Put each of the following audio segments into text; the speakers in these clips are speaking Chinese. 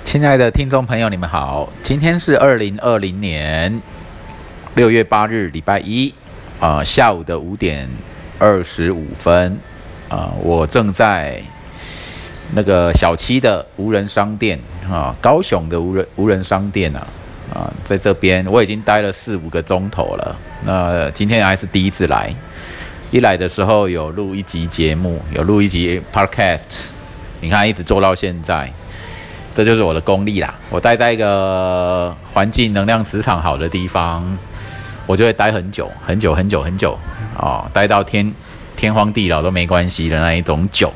亲爱的听众朋友，你们好，今天是2020年6月8日，礼拜一，下午的5点25分，我正在那个小七的无人商店高雄的无人商店在这边我已经待了4-5个钟头了。那今天还是第一次来，一来的时候有录一集节目，有录一集 podcast， 你看一直做到现在。这就是我的功力啦！我待在一个环境能量磁场好的地方，我就会待很久待到天荒地老都没关系的那一种久。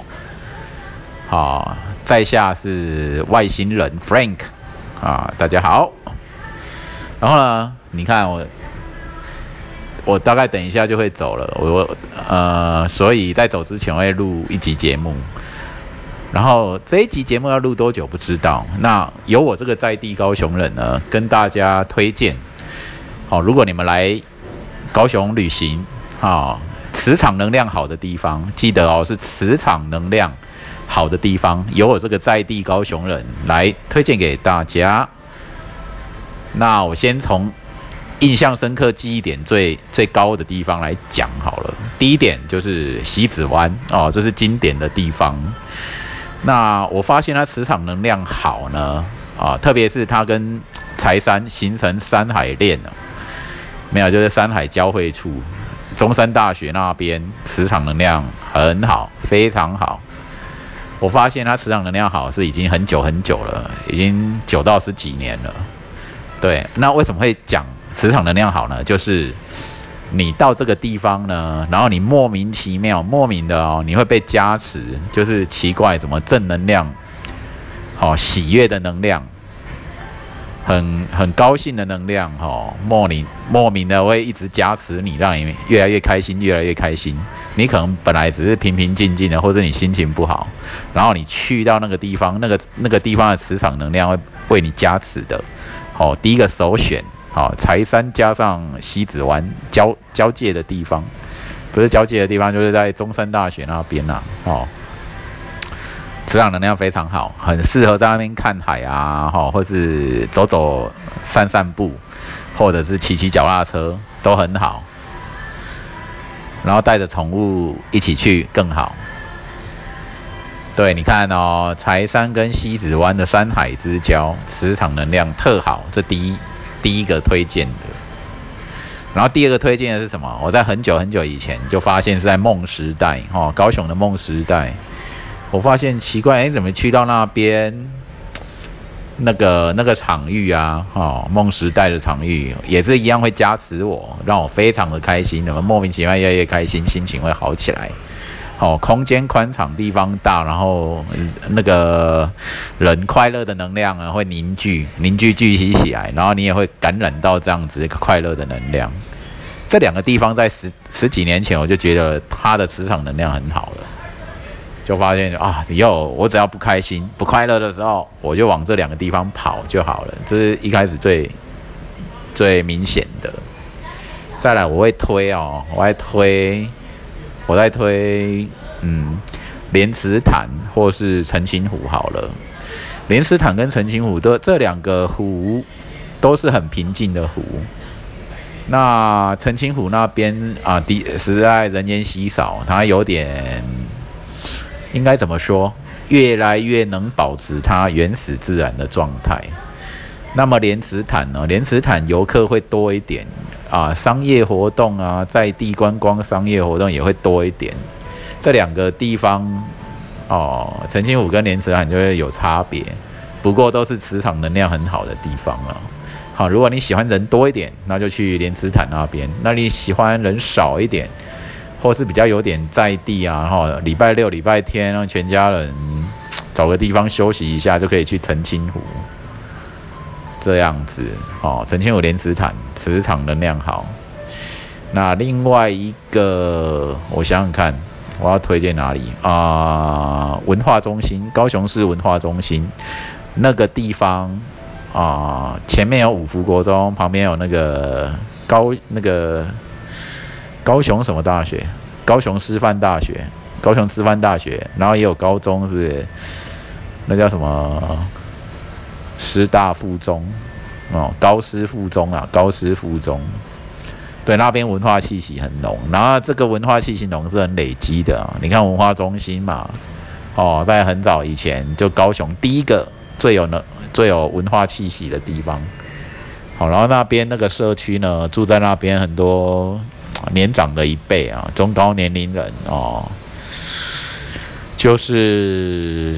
在下是外星人 Frank 大家好。然后呢，你看我大概等一下就会走了，所以在走之前我会录一集节目。然后这一集节目要录多久不知道，那由我这个在地高雄人呢，跟大家推荐，如果你们来高雄旅行，磁场能量好的地方，记得是磁场能量好的地方，由我这个在地高雄人来推荐给大家。那我先从印象深刻记忆点最高的地方来讲好了。第一点就是西子湾这是经典的地方。那我发现它磁场能量好呢，特别是它跟柴山形成山海链没有，就是山海交汇处，中山大学那边磁场能量很好，非常好。我发现它磁场能量好是已经很久了，已经久到10几年了。对，那为什么会讲磁场能量好呢？就是你到这个地方呢，然后你莫名的你会被加持，就是奇怪怎么正能量，喜悦的能量，很高兴的能量，莫名的会一直加持你，让你越来越开心。你可能本来只是平平静静的，或者你心情不好，然后你去到那个地方，那个地方的磁场能量会为你加持的。第一个首选。柴山加上西子湾交界的地方，不是交界的地方，就是在中山大学那边磁场能量非常好，很适合在那边看海或是走散步，或者是骑脚踏车都很好。然后带着宠物一起去更好。对，你看柴山跟西子湾的山海之交，磁场能量特好，这第一个推荐的。然后第二个推荐的是什么？我在很久以前就发现是在梦时代高雄的梦时代，我发现奇怪，怎么去到那边那个场域梦时代的场域也是一样会加持我，让我非常的开心，怎么莫名其妙越来越开心，心情会好起来。空间宽敞，地方大，然后那个人快乐的能量会凝聚聚集起来，然后你也会感染到这样子快乐的能量。这两个地方在十几年前我就觉得它的磁场能量很好了，就发现以后我只要不开心不快乐的时候，我就往这两个地方跑就好了。这是一开始最明显的。再来我在推莲池潭或是澄清湖好了。莲池潭跟澄清湖这两个湖都是很平静的湖。那澄清湖那边实在人烟稀少，它有点应该怎么说，越来越能保持它原始自然的状态。那么莲池潭游客会多一点商业活动在地观光商业活动也会多一点。这两个地方澄清湖跟莲池潭就会有差别，不过都是磁场能量很好的地方了。好，如果你喜欢人多一点，那就去莲池潭那边；那你喜欢人少一点，或是比较有点在地礼拜六礼拜天让全家人找个地方休息一下，就可以去澄清湖。这样子澄清湖莲池潭磁场能量好。那另外一个我想想看，我要推荐哪里文化中心，高雄市文化中心那个地方前面有五福国中，旁边有那个高雄什么大学？高雄师范大学，然后也有高中是那叫什么师大附中高师附中啊，高师附中。对，那边文化气息很浓，然后这个文化气息浓是很累积的你看文化中心嘛，在很早以前就高雄第一个最有文化气息的地方。然后那边那个社区呢，住在那边很多年长的一辈啊，中高年龄人就是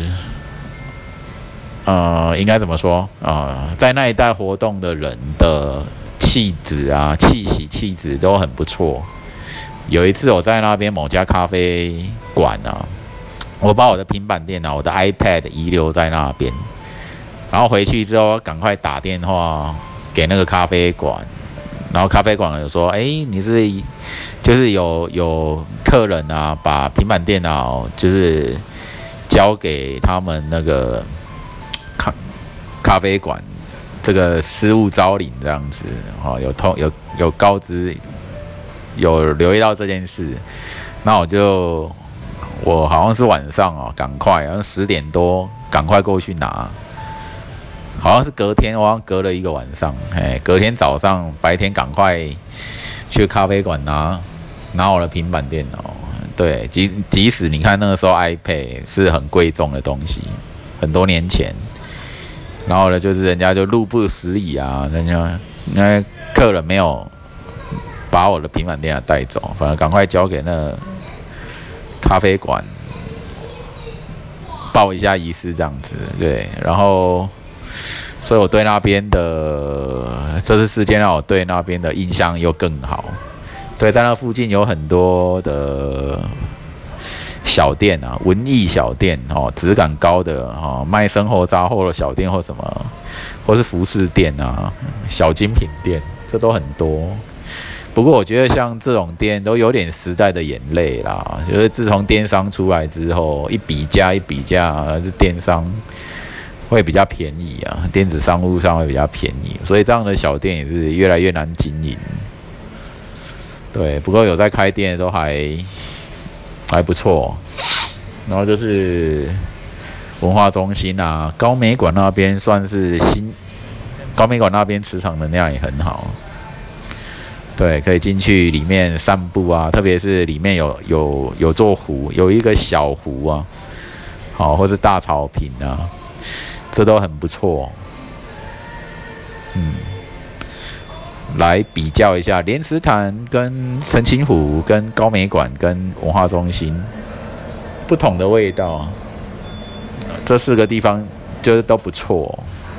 应该怎么说在那一带活动的人的气质啊、气质都很不错。有一次我在那边某家咖啡馆我把我的平板电脑、我的 iPad 遗留在那边，然后回去之后赶快打电话给那个咖啡馆，然后咖啡馆有说，你就是有客人把平板电脑就是交给他们那个咖啡馆这个失物招领这样子，有告知，有留意到这件事，那我好像是晚上赶快10点多赶快过去拿。好像是隔天，我好像隔了一个晚上，隔天早上白天赶快去咖啡馆拿我的平板电脑。对，即使你看那个时候 iPad 是很贵重的东西，很多年前，然后呢，就是人家就路不拾遗人家客人没有把我的平板电脑带走，反而赶快交给那咖啡馆报一下仪式这样子。对，然后。所以我对那边的这次事件让我对那边的印象又更好。对，在那附近有很多的小店文艺小店质感高的卖生活杂货的小店或什么，或是服饰店小精品店，这都很多。不过我觉得像这种店都有点时代的眼泪啦，就是自从电商出来之后，一比价，这电商会比较便宜电子商务上会比较便宜，所以这样的小店也是越来越难经营。对，不过有在开店的都还不错。然后就是文化中心高美馆那边算是高美馆那边磁场能量也很好。对，可以进去里面散步特别是里面有座湖，有一个小湖或是大草坪这都很不错。来比较一下莲池潭跟澄清湖跟高美馆跟文化中心不同的味道，这4个地方就是都不错。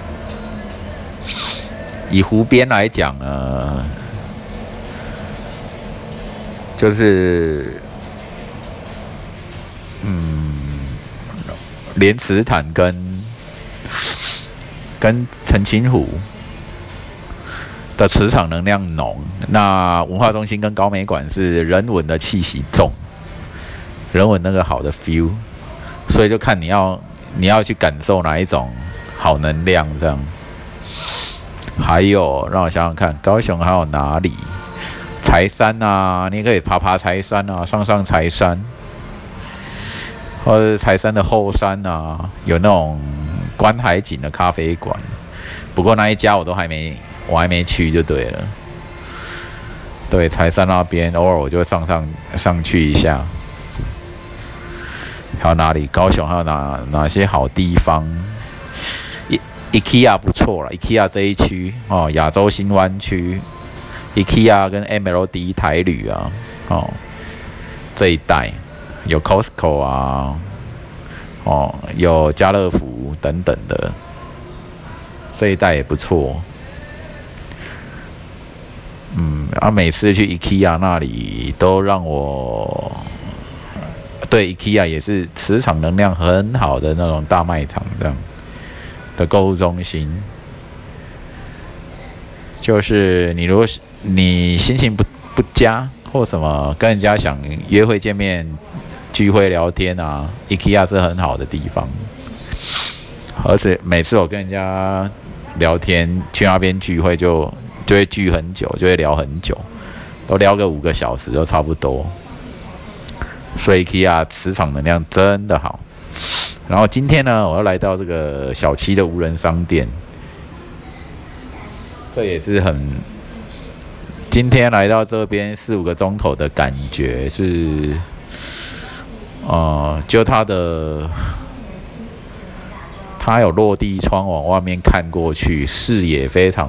以湖边来讲就是莲池潭跟澄清湖的磁场能量浓，那文化中心跟高美馆是人文的气息重，人文那个好的 feel， 所以就看你要去感受哪一种好能量这样。还有让我想想看，高雄还有哪里？柴山你也可以爬柴山上柴山，或者柴山的后山有那种观海景的咖啡馆，不过那一家我还没去就对了。对，柴山那边偶尔我就会上去一下。还有哪里？高雄还有哪些好地方？IKEA 不错啦 ，IKEA 这一区亚洲新湾区 ，IKEA 跟 MLD 台旅这一带有 Costco 有家乐福等等的，这一带也不错。每次去 IKEA 那里都让我对 IKEA 也是磁场能量很好的那种大卖场这样的购物中心。就是如果你心情不佳或什么，跟人家想约会见面、聚会聊天IKEA 是很好的地方。而且每次我跟人家聊天，去那边聚会就会聚很久，就会聊很久，都聊个5个小时都差不多。所以 IKEA 磁场能量真的好。然后今天呢，我要来到这个小七的无人商店。 这也是今天来到这边4-5个钟头的感觉是，就它有落地窗往外面看过去，视野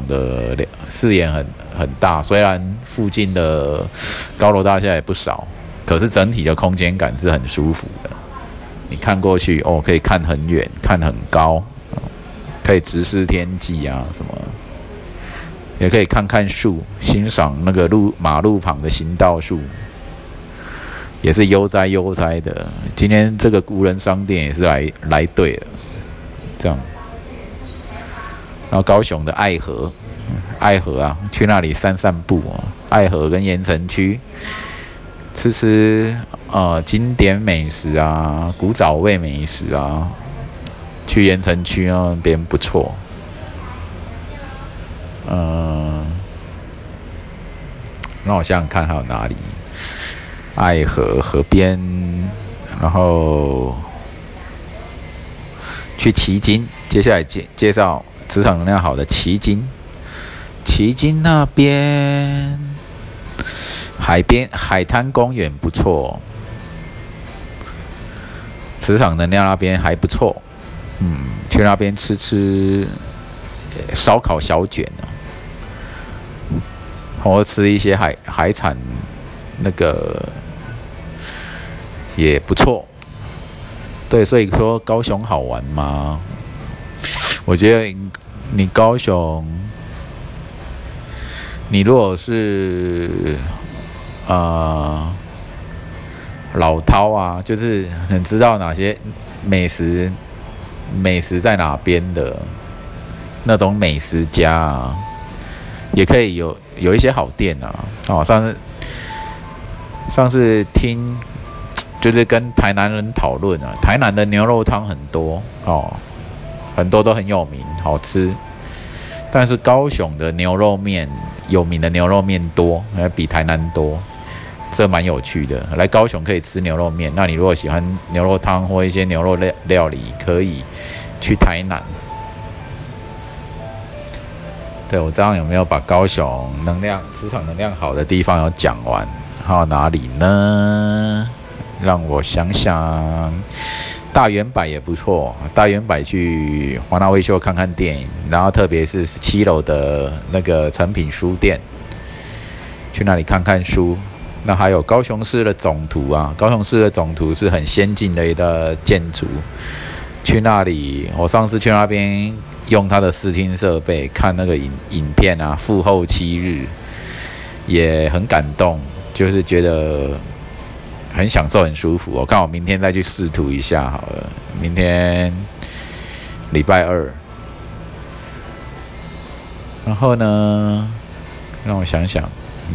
很大。虽然附近的高楼大厦也不少，可是整体的空间感是很舒服的。你看过去可以看很远，看很高，可以直视天际啊什么，也可以看看树，欣赏那个马路旁的行道树，也是悠哉的。今天这个无人商店也是来对了。这样，然后高雄的爱河啊，去那里散步爱河跟盐埕区吃经典美食啊，古早味美食啊，去盐埕区那边不错。让我想想看还有哪里，爱河河边，然后去旗津，接下来介绍磁场能量好的旗津。旗津那边海滩公园不错，磁场能量那边还不错。去那边吃烧烤小卷或吃一些海产，那个也不错。对，所以说高雄好玩吗？我觉得你高雄，你如果是老饕啊，就是很知道哪些美食在哪边的那种美食家啊，也可以有一些好店啊。上次听。就是跟台南人讨论啊，台南的牛肉汤很多很多都很有名，好吃。但是高雄的牛肉面有名的牛肉面多，比台南多，这蛮有趣的。来高雄可以吃牛肉面，那你如果喜欢牛肉汤或一些牛肉料理，可以去台南。对，我这样有没有把高雄磁场能量好的地方有讲完？还有哪里呢？让我想想，大圆柏也不错。大圆柏去华纳威秀看看电影，然后特别是17楼的那个诚品书店，去那里看看书。那还有高雄市的总图啊，高雄市的总图是很先进的一个建筑。去那里，我上次去那边用它的视听设备看那个影片啊，复后7日，也很感动，就是觉得。很享受，很舒服。我看我明天再去试图一下好了。明天礼拜2，然后呢，让我想想，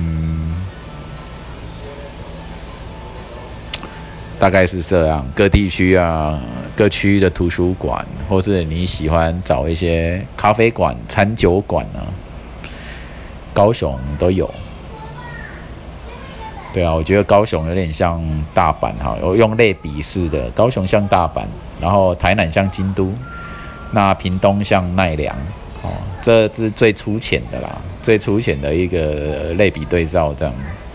大概是这样。各地区啊，各区的图书馆，或是你喜欢找一些咖啡馆、餐酒馆啊，高雄都有。对啊，我觉得高雄有点像大阪哈，我用类比式的，高雄像大阪，然后台南像京都，那屏东像奈良，这是最粗浅的啦，最粗浅的一个类比对照这样。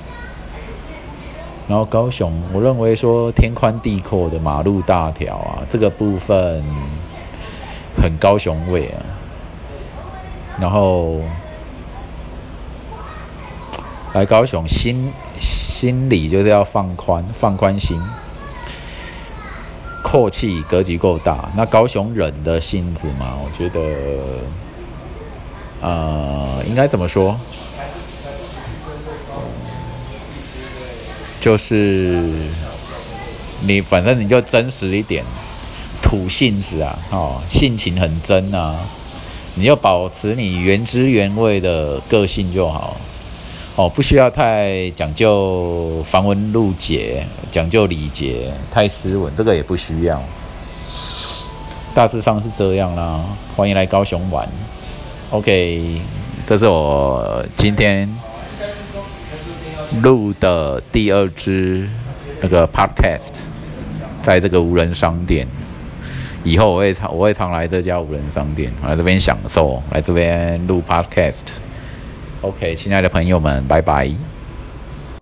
然后高雄，我认为说天宽地阔的马路大条啊，这个部分很高雄味啊，然后。来高雄心里就是要放宽心，阔气格局够大。那高雄人的性子嘛，我觉得应该怎么说？就是反正你就真实一点，土性子啊，性情很真啊，你就保持你原汁原味的个性就好。不需要太讲究繁文缛节，讲究礼节，太斯文，这个也不需要。大致上是这样啦。欢迎来高雄玩。OK， 这是我今天录的第2支那个 podcast， 在这个无人商店。以后我会常来这家无人商店，来这边享受，来这边录 podcast。 OK，亲爱的朋友们，拜拜。